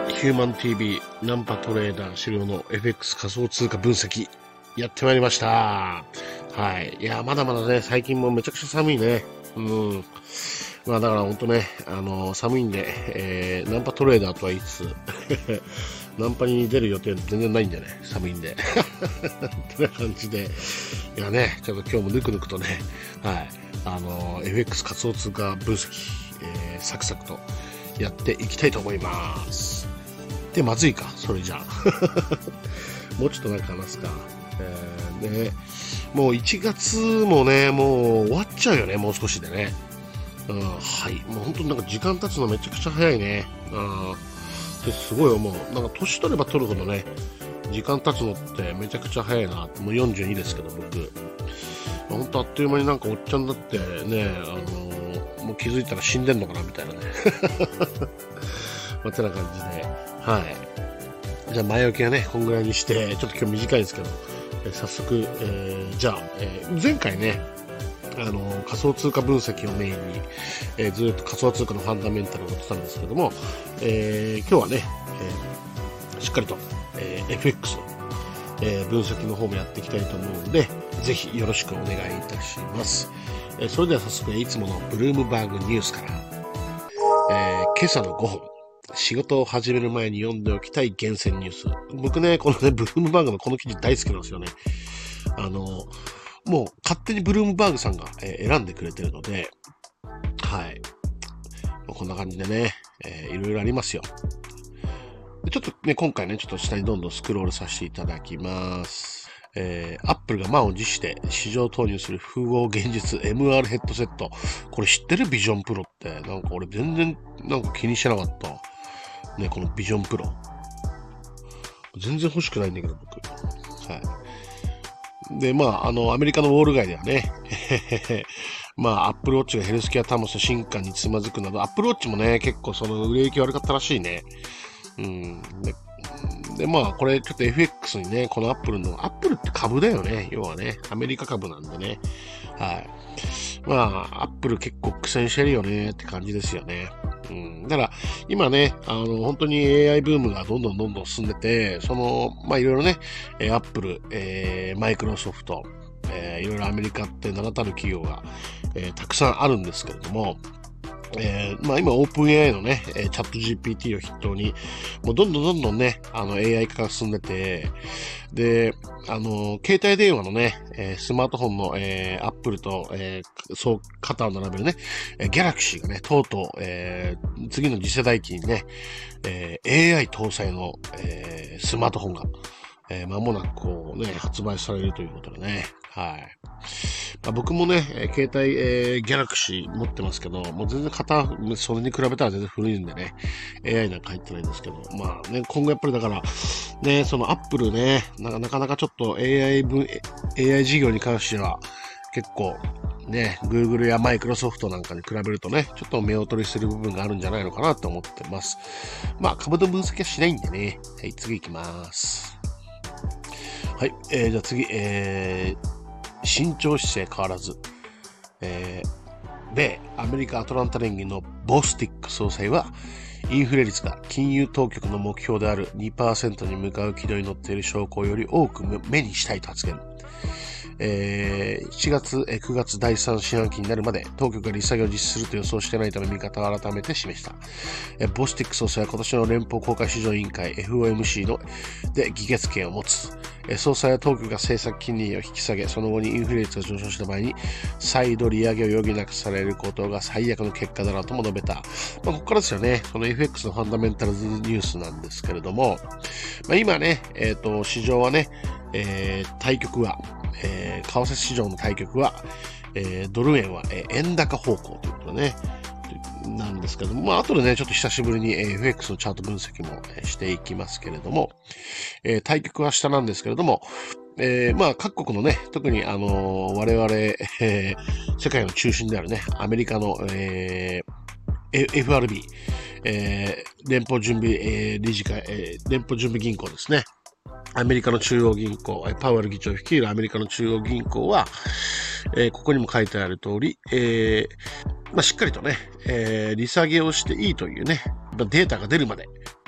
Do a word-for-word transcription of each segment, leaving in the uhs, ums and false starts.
ヒューマン ティービー ナンパトレーダー資料の エフエックス 仮想通貨分析やってまいりました。はい。いや、まだまだね、最近もめちゃくちゃ寒いね。うん。まあだから本当ね、あのー、寒いんで、えー、ナンパトレーダーとは言いつつ、ナンパに出る予定全然ないんでね、寒いんで。ってな感じで、いやね、ちょっと今日もぬくぬくとね、はい。あのー、エフエックス 仮想通貨分析、えー、サクサクとやっていきたいと思います。で、まずいか、それじゃあ。もうちょっとなんか話すか。えー、ね、もういちがつもね、もう終わっちゃうよね、もう少しでね。うん、はい。もう本当になんか時間経つのめちゃくちゃ早いね。うん。ですごい思う。なんか年取れば取るほどね、時間経つのってめちゃくちゃ早いな。もうよんじゅうにですけど、僕。本当あっという間になんかおっちゃんだってね、あのー、もう気づいたら死んでんのかなみたいなね。まあ、てな感じで。はい。じゃあ前置きはね、こんぐらいにして、ちょっと今日短いんですけど、え早速、えー、じゃあ、えー、前回ね、あのー、仮想通貨分析をメインに、えー、ずっと仮想通貨のファンダメンタルをやってたんですけども、えー、今日はね、えー、しっかりと、えー、エフエックス の、えー、分析の方もやっていきたいと思うので、ぜひよろしくお願いいたします。えー、それでは早速、いつものブルームバーグニュースから、えー、今朝のごほん。仕事を始める前に読んでおきたい厳選ニュース。僕ね、このね、ブルームバーグのこの記事大好きなんですよね。あの、もう勝手にブルームバーグさんが、えー、選んでくれてるので、はい。こんな感じでね、えー、いろいろありますよ。でちょっとね、今回ね、ちょっと下にどんどんスクロールさせていただきます。えー、アップルが満を持して市場投入する複合現実 エムアール ヘッドセット。これ知ってる？ビジョンプロって。なんか俺全然なんか気にしてなかった。ね、このビジョンプロ。全然欲しくないんだけど、僕。はい。で、まあ、あの、アメリカのウォール街ではね、まあ、アップルウォッチがヘルスケア端末の進化につまずくなど、アップルウォッチもね、結構その売れ行き悪かったらしいね。うん。で、でまあ、これちょっと エフエックス にね、このアップルの、アップルって株だよね。要はね、アメリカ株なんでね。はい。まあ、アップル結構苦戦してるよねって感じですよね。うん、だから、今ね、あの、本当に エーアイ ブームがどんどんどんどん進んでて、その、まあ、いろいろね、アップル、えー、マイクロソフト、えー、いろいろアメリカって名だたる企業が、えー、たくさんあるんですけれども、えー、まあ今オープン エーアイ のね、チャット ジーピーティー を筆頭に、もうどんどんどんどんね、あの エーアイ 化が進んでて、で、あの、携帯電話のね、えー、スマートフォンの、えー、Apple と、えー、そう肩を並べるね、えー、Galaxy がね、とうとう、えー、次の次世代機にね、えー、エーアイ 搭載の、えー、スマートフォンが、えー、間もなくこうね、発売されるということでね。はい。まあ、僕もね、えー、携帯、えー、ギャラクシー持ってますけど、もう全然型、それに比べたら全然古いんでね、エーアイ なんか入ってないんですけど、まあね、今後やっぱりだから、ね、そのアップルね、なかなかちょっと エーアイ 分、エーアイ 事業に関しては、結構、ね、Google や Microsoft なんかに比べるとね、ちょっと目を取りする部分があるんじゃないのかなと思ってます。まあ、株の分析はしないんでね。はい、次行きます。はい、えー、じゃあ次、えー、慎重姿勢変わらず、えー、米アメリカアトランタ連銀のボスティック総裁は、インフレ率が金融当局の目標である にパーセント に向かう軌道に乗っている証拠より多く目にしたいと発言。えー、しちがつ、くがつだいさん四半期になるまで当局が利下げを実施すると予想していないため見方を改めて示した。えー、ボスティック総裁は今年の連邦公開市場委員会 エフオーエムシー ので議決権を持つ。えー、総裁は当局が政策金利を引き下げ、その後にインフレ率が上昇した場合に再度利上げを余儀なくされることが最悪の結果だなとも述べた。まあ、ここからですよね。その エフエックス のファンダメンタルズニュースなんですけれども、まあ、今ね、えっと、市場はね、えー、対局は、えー、為替市場の対局は、えー、ドル円は、えー、円高方向ということでね、なんですけども、まあ、後でね、ちょっと久しぶりに エフエックス のチャート分析もしていきますけれども、えー、対局は下なんですけれども、えー、まあ、各国のね、特にあのー、我々、えー、世界の中心であるね、アメリカの、えー、エフアールビー、えー、連邦準備、えー、理事会、えー、連邦準備銀行ですね。アメリカの中央銀行、パウエル議長率いるアメリカの中央銀行は、えー、ここにも書いてある通り、えーまあ、しっかりとね、えー、利下げをしていいというね、データが出るまで、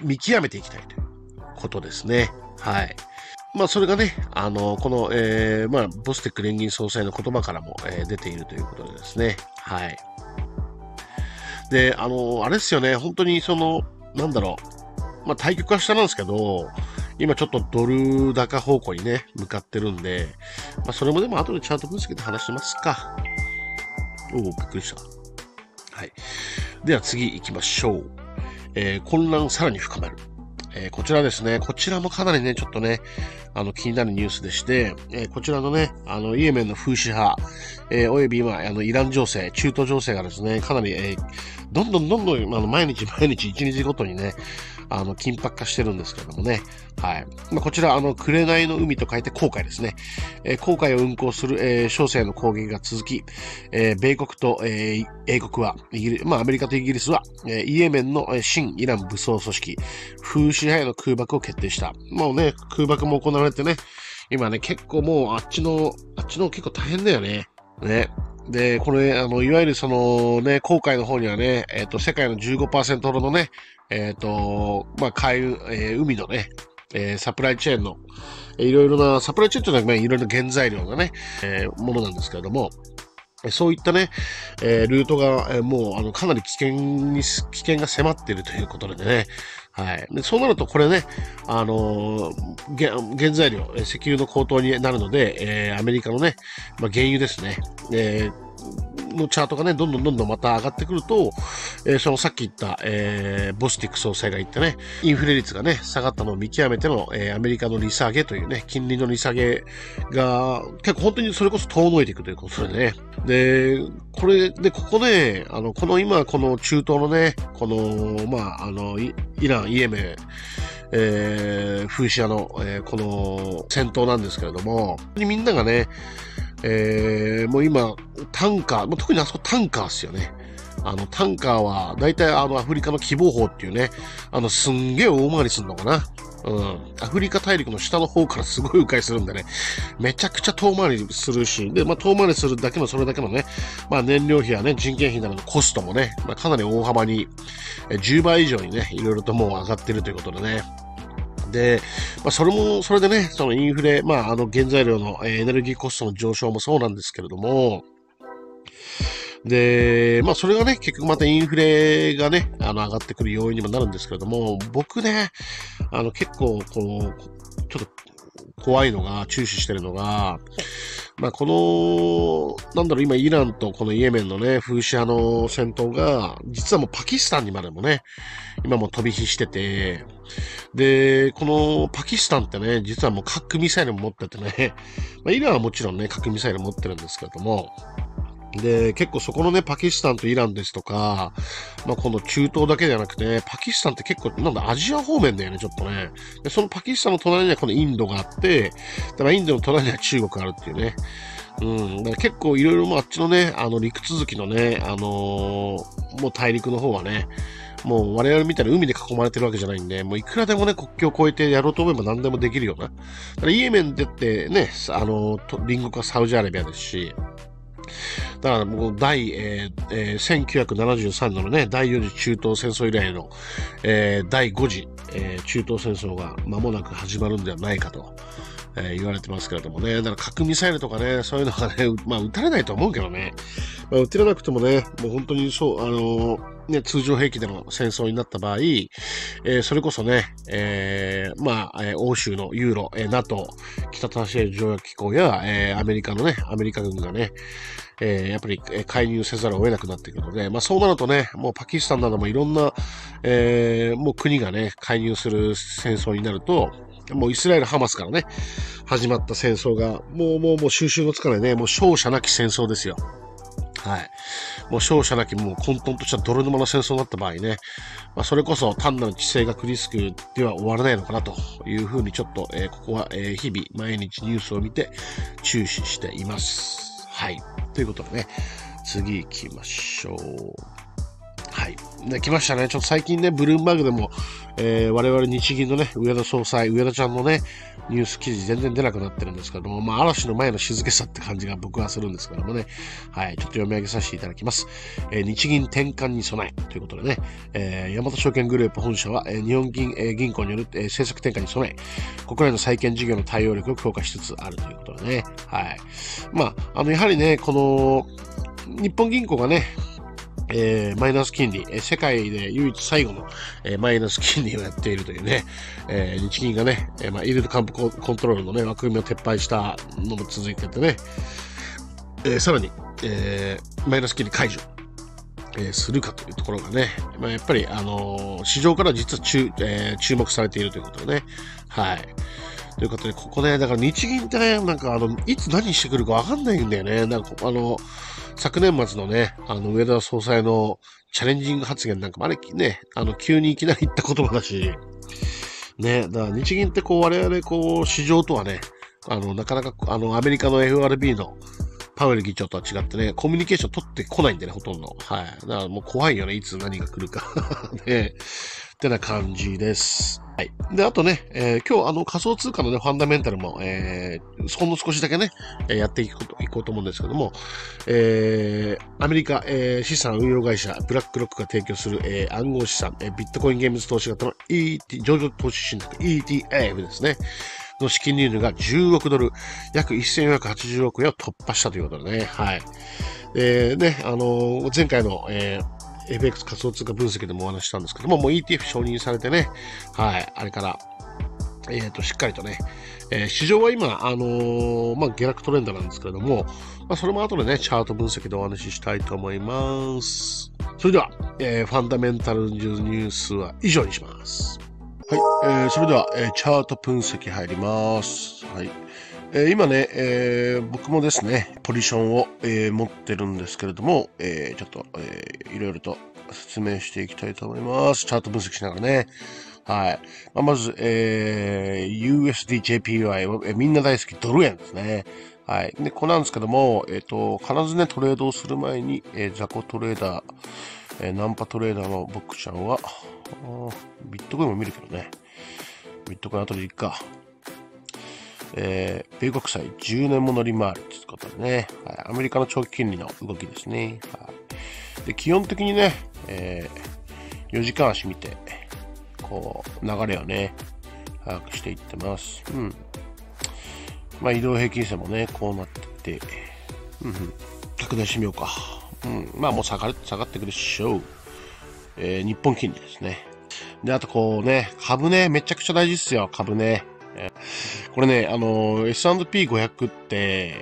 見極めていきたいということですね。はい。まあ、それがね、あの、この、えー、まあ、ボステック連銀総裁の言葉からも、えー、出ているということでですね。はい。で、あの、あれですよね、本当にその、なんだろう、まあ、対局は下なんですけど、今ちょっとドル高方向にね、向かってるんで、まあ、それもでも後でチャート分析で話しますか。おお、びっくりした。はい。では次行きましょう。えー、混乱さらに深まる。えー、こちらですね。こちらもかなりね、ちょっとね、あの、気になるニュースでして、えー、こちらのね、あの、イエメンのフーシ派、えー、および今、あの、イラン情勢、中東情勢がですね、かなり、えー、どんどんどんどん、あの、毎日毎日一日ごとにね、あの、緊迫化してるんですけれどもね。はい。まあ、こちら、あの、紅の海と書いて航海ですね。えー、航海を運航する、えー、商船の攻撃が続き、えー、米国と、えー、英国は、イギリまあ、アメリカとイギリスは、えー、イエメンの、えー、新イラン武装組織、フーシ派への空爆を決定した。もうね、空爆も行われてね、今ね、結構もう、あっちの、あっちの結構大変だよね。ね。で、これ、あの、いわゆるそのね、航海の方にはね、えっと、世界の じゅうごパーセント ほどのね、えっと、まあ、海、えー、海のね、えー、サプライチェーンの、えー、いろいろな、サプライチェーンというのは、まあ、いろいろな原材料のね、えー、ものなんですけれども、そういったね、えー、ルートが、えー、もう、あの、かなり危険に、危険が迫っているということでね。はい。で、そうなると、これね、あのー、原材料、石油の高騰になるので、えー、アメリカのね、まあ、原油ですね。えーのチャートがね、どんどんどんどんまた上がってくると、えー、そのさっき言った、えー、ボスティック総裁が言ったね、インフレ率がね、下がったのを見極めての、えー、アメリカの利下げというね、金利の利下げが、結構本当にそれこそ遠のいていくということでね。で、これで、ここね、あの、この今、この中東のね、この、まあ、あの、イ, イラン、イエメン、えー、フーシアの、えー、この戦闘なんですけれども、みんながね、えー、もう今、タンカー、特にあそこタンカーっすよね。あの、タンカーは、だいたいあの、アフリカの希望法っていうね、あの、すんげえ大回りするのかな。うん。アフリカ大陸の下の方からすごい迂回するんでね、めちゃくちゃ遠回りするし、で、まあ、遠回りするだけの、それだけのね、まあ、燃料費やね、人件費などのコストもね、まあ、かなり大幅に、じゅうばい以上にね、いろいろともう上がってるということでね。で、まあ、それも、それでね、そのインフレ、まあ、あの、原材料のエネルギーコストの上昇もそうなんですけれども、で、まあ、それがね、結局またインフレがね、あの、上がってくる要因にもなるんですけれども、僕ね、あの、結構、こう、ちょっと怖いのが、注視してるのが、まあ、この、なんだろう、今、イランとこのイエメンのね、フーシ派の戦闘が、実はもうパキスタンにまでもね、今も飛び火してて、で、このパキスタンってね、実はもう核ミサイルも持っててね、まあ、イランはもちろんね、核ミサイル持ってるんですけれども、で、結構そこのね、パキスタンとイランですとか、まあ、この中東だけじゃなくて、パキスタンって結構、なんだ、アジア方面だよね、ちょっとね。で、そのパキスタンの隣にはこのインドがあって、だからインドの隣には中国があるっていうね。うん。だから結構いろいろもうあっちのね、あの陸続きのね、あのー、もう大陸の方はね、もう我々みたいに海で囲まれてるわけじゃないんで、もういくらでもね、国境を越えてやろうと思えば何でもできるような。だからイエメンでってね、あのー、隣国はサウジアラビアですし、だからもう第、えーえー、せんきゅうひゃくななじゅうさんねんのね、第よん次中東戦争以来の、えー、だいご次、えー、中東戦争が間もなく始まるんではないかと、えー、言われてますけれどもね。だから核ミサイルとかね、そういうのがね、まあ撃たれないと思うけどね。まあ、撃てれなくてもね、もう本当にそう、あのー、ね、通常兵器での戦争になった場合、えー、それこそね、えー、まあ、えー、欧州のユーロ、えー、NATO、北大西洋条約機構や、えー、アメリカのね、アメリカ軍がね、えー、やっぱり介入せざるを得なくなってくるので、まあそうなるとね、もうパキスタンなどもいろんな、えー、もう国がね、介入する戦争になると、もうイスラエル・ハマスからね、始まった戦争が、もうもうもう収拾のつかないね、もう勝者なき戦争ですよ。はい。もう勝者なきもう混沌とした泥沼の戦争になった場合ね、まあ、それこそ単なる地政学リスクでは終わらないのかなというふうにちょっと、えー、ここは、えー、日々毎日ニュースを見て注視しています。はい。ということでね、次行きましょう。はい。 はい。で、来ましたね。ちょっと最近ね、ブルームバーグでも、えー、我々日銀のね、上田総裁、上田ちゃんのね、ニュース記事全然出なくなってるんですけども、まあ、嵐の前の静けさって感じが僕はするんですけどもね。はい。ちょっと読み上げさせていただきます。えー、日銀転換に備えということでね、えー、大和証券グループ本社は、えー、日本銀、えー、銀行による、えー、政策転換に備え、国内の債券事業の対応力を強化しつつあるということでね。はい。まあ、あの、やはりね、この、日本銀行がね、えー、マイナス金利、えー、世界で唯一最後の、えー、マイナス金利をやっているというね、えー、日銀がね、えー、まあ、イールドカンプコントロールのね、枠組みを撤廃したのも続いててね、えー、さらに、えー、マイナス金利解除、えー、するかというところがね、まあ、やっぱり、あのー、市場から実は注、えー、注目されているということでね、はい。ということで、ここね、だから日銀ってね、なんかあの、いつ何してくるかわかんないんだよね。なんか、あの、昨年末のね、あの、上田総裁のチャレンジング発言なんかもあれね、あの、急にいきなり言った言葉だし、ね、だから日銀ってこう、我々こう、市場とはね、あの、なかなか、あの、アメリカの エフアールビー のパウエル議長とは違ってね、コミュニケーション取ってこないんでね、ほとんど。はい。だからもう怖いよね、いつ何が来るか。ね、ってな感じです。はい。で、あとね、えー、今日あの仮想通貨のね、ファンダメンタルも、えー、ほんの少しだけね、やっていこうといこうと思うんですけども、えー、アメリカ、えー、資産運用会社、ブラックロックが提供する、えー、暗号資産、えー、ビットコインゲームズ投資型の イーティー、上場投資信託 イーティーエフ ですね。の資金流入がじゅうおくドル、約せんよんひゃくはちじゅうおくえんを突破したということでね、はい。で、ね、あのー、前回の、えーエフエックス 仮想通貨分析でもお話ししたんですけども、もう イーティーエフ 承認されてね、はい、あれから、えっと、しっかりとね、えー、市場は今、あのー、まあ、下落トレンドなんですけれども、まあ、それも後でね、チャート分析でお話ししたいと思います。それでは、えー、ファンダメンタルニュースは以上にします。はい、えー、それでは、えー、チャート分析入ります。はい。えー、今ね、えー、僕もですね、ポジションを、えー、持ってるんですけれども、えー、ちょっと、えー、いろいろと説明していきたいと思います。チャート分析しながらね。はい。まあ、まず、えー、ユーエスディージェーピーワイ は、えー、みんな大好きドル円ですね。はい。で、これなんですけども、えっ、ー、と、必ずね、トレードをする前に、えー、ザコトレーダー、えー、ナンパトレーダーの僕ちゃんは、ビットコインも見るけどね。ビットコイン後でいいか。えー、米国債じゅうねんもの利回りということでね、はい、アメリカの長期金利の動きですね。はい、で基本的にね、えー、よじかん足見て、こう、流れをね、把握していってます。うん。まあ、移動平均線もね、こうなってて、うん、うん、拡大してみようか。うん。まあ、もう下がる、下がってくるでしょう。えー、日本金利ですね。で、あとこうね、株ね、めちゃくちゃ大事っすよ、株ね。これね、あの、エスアンドピーごひゃく って、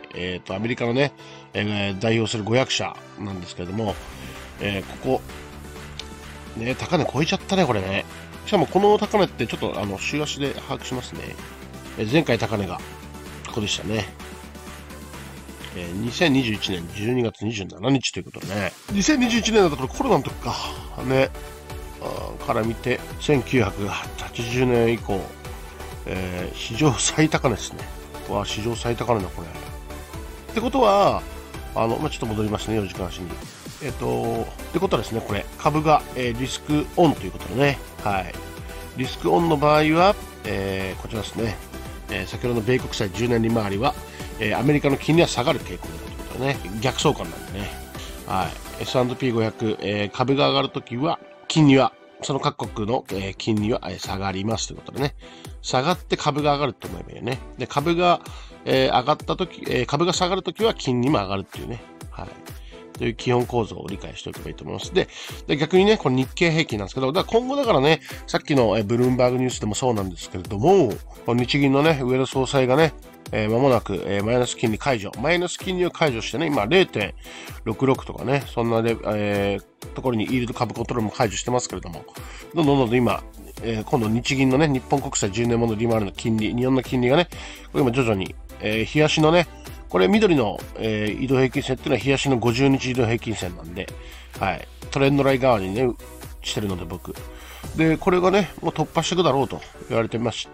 えっと、アメリカのね、えー、代表するごひゃくしゃなんですけれども、えー、ここ、ね、高値超えちゃったね、これね。しかもこの高値ってちょっと、あの、週足で把握しますね。えー、前回高値が、ここでしたね。えー、にせんにじゅういちねんじゅうにがつにじゅうしちにちということでね。にせんにじゅういちねんだったらコロナの時か。ね。あから見て、せんきゅうひゃくはちじゅうねん以降、えー、史上最高値ですね。わあ、史上最高値だ、これ。ってことは、あの、まあ、ちょっと戻りますね、よじかん足に。えっ、ー、と、ってことはですね、これ、株が、えー、リスクオンということでね。はい。リスクオンの場合は、えー、こちらですね。えー、先ほどの米国債じゅうねん利回りは、えー、アメリカの金利は下がる傾向だということでね。逆相関なんでね。はい。エスアンドピーごひゃく、えー、株が上がるときは、金利は、その各国の、えー、金利は、えー、下がりますということでね。下がって株が上がると思えばいいよね。で、株が、えー、上がったとき、えー、株が下がるときは金利も上がるっていうね。はい。という基本構造を理解しておけばいいと思います。で、で逆にね、これ日経平均なんですけど、だから今後だからね、さっきの、えー、ブルームバーグニュースでもそうなんですけれども、日銀のね、上田総裁がね、えー、間もなく、えー、マイナス金利解除。マイナス金利を解除してね、今 ゼロてんろくろく とかね、そんなで、えー、ところにイールド株コントロールも解除してますけれども、どんどんどんどん今、えー、今度日銀のね、日本国債じゅうねんもの利回りの金利、日本の金利がね、これ今徐々に、えー、日足のね、これ緑の、えー、移動平均線っていうのは日足のごじゅうにち移動平均線なんで、はい、トレンドライン側にね、してるので僕。で、これがね、もう突破していくだろうと言われてまして、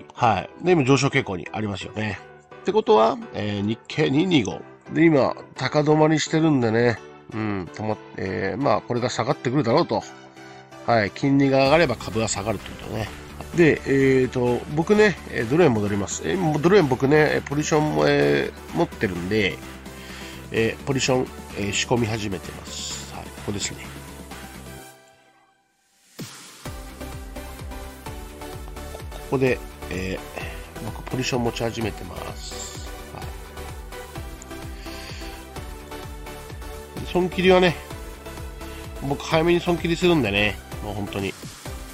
はい。で、今上昇傾向にありますよね。ってことは、えー、日経にひゃくにじゅうご。で、今、高止まりしてるんでね、 うん、とも、えー、まあ、これが下がってくるだろうと。はい、金利が上がれば株が下がるということね。で、えーと、僕ね、ドル円戻ります。えー、ドル円僕ね、ポジションも、えー、持ってるんで、えー、ポジション、えー、仕込み始めてます。はい、ここですね。ここで、えー、僕ポジション持ち始めてます。はい、損切りはね、僕早めに損切りするんでね、もう本当に。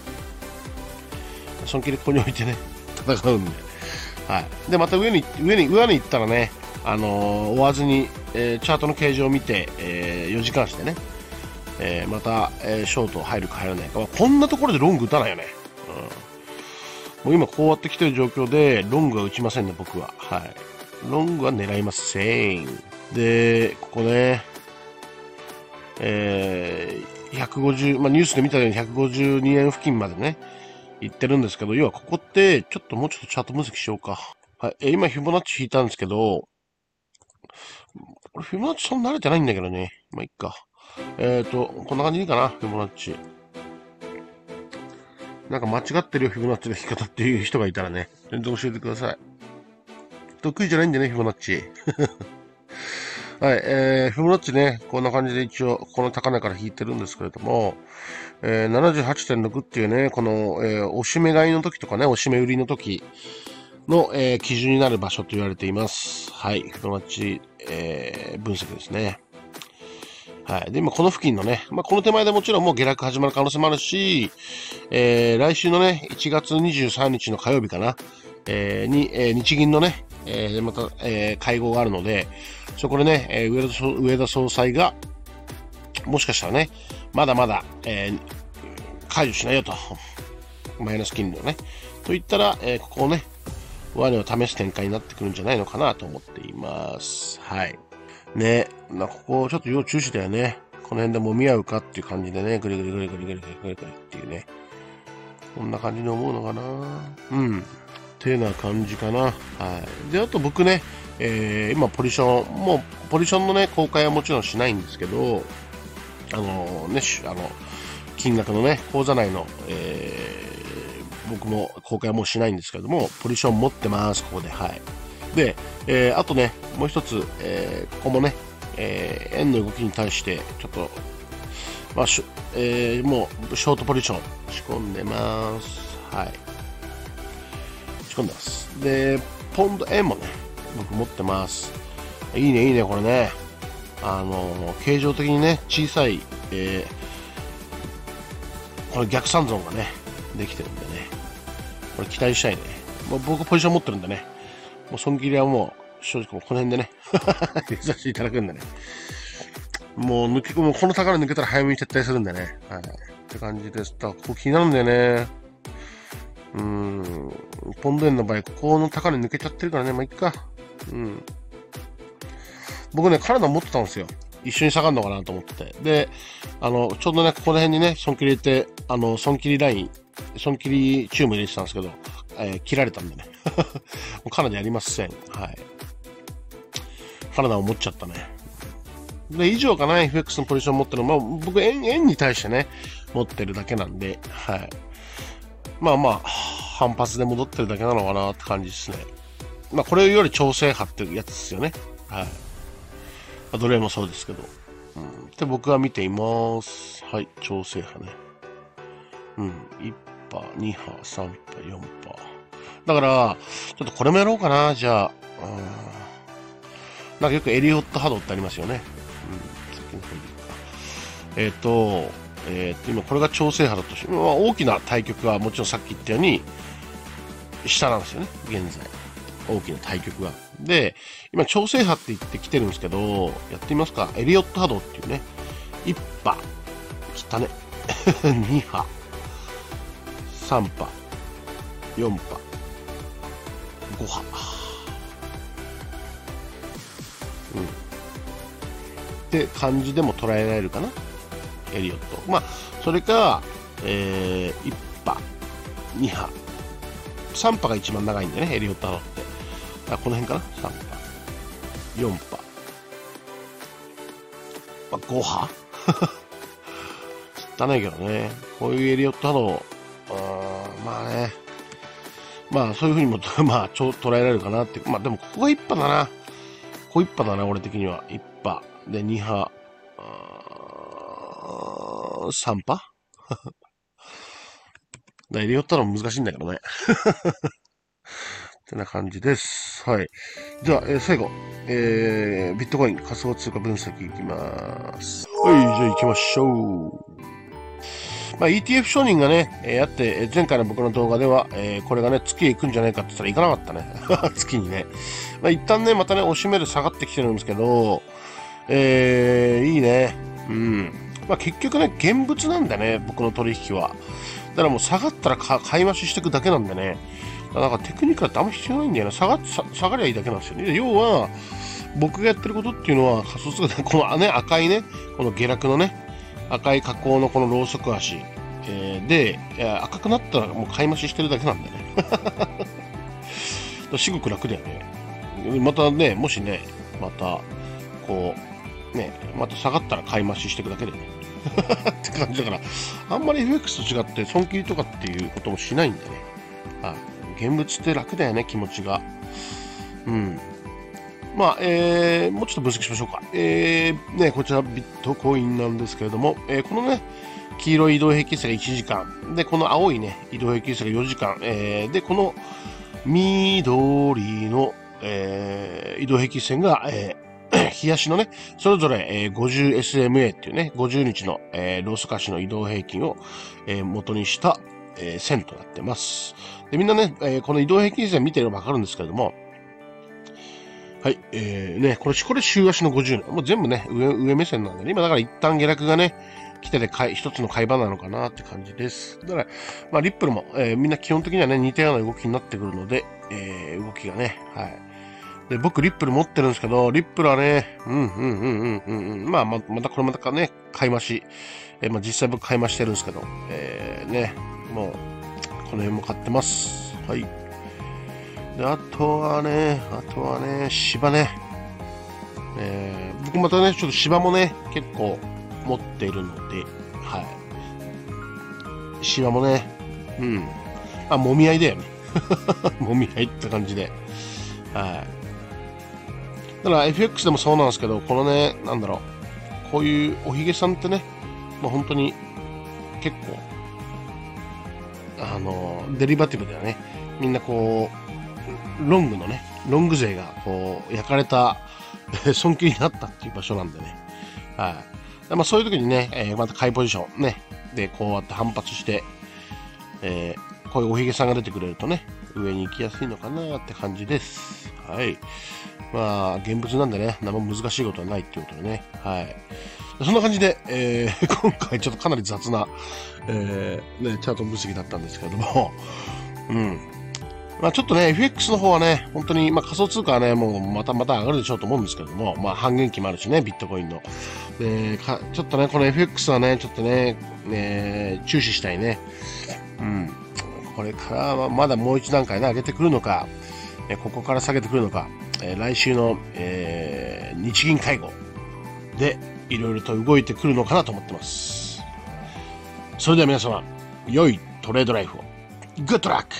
損切りここに置いてね、戦うんで。はい。で、また上に、上に、上に行ったらね、あのー、追わずに、えー、チャートの形状を見て、えー、よじかんしてね、えー、また、えー、ショート入るか入らないか。こんなところでロング打たないよね。うん。もう今こうやってきてる状況で、ロングは打ちませんね、僕は。はい。ロングは狙いません。で、ここね、えー、ひゃくごじゅう、まあ、ニュースで見たようにひゃくごじゅうにえん付近までね、言ってるんですけど、要はここって、ちょっともうちょっとチャート分析しようか。はい。え、今、フィボナッチ引いたんですけど、これフィボナッチそんな慣れてないんだけどね。まあ、いっか。えっ、ー、と、こんな感じでいいかな、フィボナッチ。なんか間違ってるよ、フィボナッチの引き方っていう人がいたらね、全然教えてください。得意じゃないんでね、フィボナッチ。はい、えー、フィボナッチね、こんな感じで一応、この高値から引いてるんですけれども、えー、ななじゅうはちてんろく っていうね、この、えー、押し目買いの時とかね、押し目売りの時の、えー、基準になる場所と言われています。はい、フィボナッチ、えー、分析ですね。はい。で、今この付近のね、まあ、この手前でもちろんもう下落始まる可能性もあるし、えー、来週のね、いちがつにじゅうさんにちの火曜日かな、えー、に、えー、日銀のね、えー、また、えー、会合があるので、そこでね、えー、上田、上田総裁が、もしかしたらね、まだまだ、えー、解除しないよと。マイナス金利をね。と言ったら、えー、ここをね、上値を試す展開になってくるんじゃないのかなと思っています。はい。ね、まここちょっと要注視だよね。この辺で揉み合うかっていう感じでね、ぐりぐりぐりぐりぐりぐりぐりぐりっていうね。こんな感じに思うのかな。うん。っていうような感じかな。はい。で、あと僕ね、えー、今ポジション、もうポジションのね、公開はもちろんしないんですけど、あのね、あの、金額のね、口座内の、えー、僕も公開はもうしないんですけども、ポジション持ってます、ここで。はい。で、えー、あとね、もう一つ、えー、ここもね、えー、円の動きに対して、ちょっと、まあ、しえー、もう、ショートポジション仕込んでます。はい。仕込んでます。で、ポンド円もね、僕持ってます。いいね、いいね、これね。あのー、形状的にね、小さい、えー、これ逆三尊がね、できてるんでね。これ期待したいね。もう僕ポジション持ってるんでね。もう損切りはもう、正直もうこの辺でね、入れさせていただくんでね。もう抜け、もうこの高値抜けたら早めに撤退するんでね。はい。って感じです。だからここ気になるんだよね。うーん。ポンド円の場合、ここの高値抜けちゃってるからね。まあ、いっか。うん。僕ね、カナダ持ってたんですよ。一緒に下がるのかなと思ってて。で、あの、ちょうどね、ここら辺にね、損切り入れて、あの、損切りライン、損切りチューム入れてたんですけど、えー、切られたんでね。もうカナダやりません。はい。カナダを持っちゃったね。で、以上かな、エフエックス のポジション持ってるの。まあ、僕、円、円に対してね、持ってるだけなんで、はい。まあまあ、反発で戻ってるだけなのかなって感じですね。まあ、これより調整波っていうやつですよね。はい。どれもそうですけど。うん。で、僕は見ています。はい。調整波ね。うん。いち波、に波、さん波、よん波。だから、ちょっとこれもやろうかな、じゃあ。うん。なんかよくエリオット波動ってありますよね。うん。先の方にえっ、ー、と、えっ、ー、と、今これが調整波だとして、まあ、大きな対極はもちろんさっき言ったように、下なんですよね。現在。大きな対極が。で、今調整波って言ってきてるんですけど、やってみますか。エリオット波動っていうね。いち波。切ったね。に波。さん波。よん波。ご波。うん。って感じでも捉えられるかな。エリオット。まあ、それか、えー、いち波。に波。さん波が一番長いんでね、エリオット波動って。あ、この辺かな ?さん 波。よん波。 まあ、ご波汚いけどね。こういうエリオット波動、あまあね。まあそういう風にも、まあ、ちょ捉えられるかなって。まあでもここがいち波だな。ここいち波だな、俺的には。いち波。で、に波。さん波エリオットの難しいんだけどね。ってな感じです。はい。じゃあ、えー、最後。えー、ビットコイン仮想通貨分析いきます。はい、じゃあ行きましょう。まあ、イーティーエフ 承認がね、えー、あって、前回の僕の動画では、えー、これがね、月へ行くんじゃないかって言ったら行かなかったね。月にね。まあ、一旦ね、またね、押し目で下がってきてるんですけど、えー、いいね。うん。まあ、結局ね、現物なんだね、僕の取引は。だからもう下がったら買い増ししていくだけなんでね。だからテクニックだってあんま必要ないんだよね。下が、下がりゃいいだけなんですよね。要は、僕がやってることっていうのは、仮想通貨で、このね、赤いね、この下落のね、赤い加工のこのローソク足、えー、で、赤くなったらもう買い増ししてるだけなんだよね。すごく楽だよね。またね、もしね、また、こう、ね、また下がったら買い増ししていくだけだよね。って感じだから、あんまり エフエックス と違って損切りとかっていうこともしないんでね。あ、現物って楽だよね、気持ちが。うん。まあ、えー、もうちょっと分析しましょうか。えー、ね、こちらビットコインなんですけれども、えー、このね、黄色い移動平均線がいちじかん。で、この青いね、移動平均線がよじかん。えー、で、この緑の、えー、移動平均線が、えー、日足のね、それぞれ、えー、ごじゅうエスエムエー っていうね、ごじゅうにちの、えー、ローソク足の移動平均を、えー、元にした、えー、線となってます。で、みんなね、えー、この移動平均線見てればわかるんですけれども、はい、えー、ね、これ、これ週足のごじゅうねん。もう全部ね、上、上目線なんでね、今だから一旦下落がね、来てて買い、一つの買い場なのかなって感じです。だから、まあ、リップルも、えー、みんな基本的にはね、似たような動きになってくるので、えー、動きがね、はい。で、僕、リップル持ってるんですけど、リップルはね、うん、うん、うん、うん、うん、うん、まあ、ま、またこれまたね、買い増し、えー、まあ、実際僕買い増してるんですけど、えー、ね、もう、この辺も買ってます。はい。で、あとはね、あとはね、芝ね。えー、僕またね、ちょっと芝もね、結構持っているので、はい。芝もね、うん。あ、揉み合いだよね。揉み合いって感じで。はい。だから エフエックス でもそうなんですけど、このね、なんだろう、こういうおひげさんってね、まあ、本当に結構、あの、デリバティブではね、みんなこう、ロングのね、ロング勢がこう焼かれた損切りになったっていう場所なんでね。はい。まあそういう時にね、えー、また買いポジションね、でこうやって反発して、えー、こういうおひげさんが出てくれるとね、上に行きやすいのかなって感じです。はい。まあ現物なんでね、何も難しいことはないっていうことでね。はい。そんな感じで、えー、今回ちょっとかなり雑な、えー、ね、チャート分析だったんですけれども、うん。まあちょっとね、エフエックス の方はね、本当に、まあ仮想通貨はね、もうまたまた上がるでしょうと思うんですけれども、まあ半減期もあるしね、ビットコインの。で、かちょっとね、この エフエックス はね、ちょっとね、ね注視したいね。うん。これからはまだもう一段階ね、上げてくるのか、えここから下げてくるのか、えー、来週の、えー、日銀会合でいろいろと動いてくるのかなと思ってます。それでは皆様、良いトレードライフを。グッドラック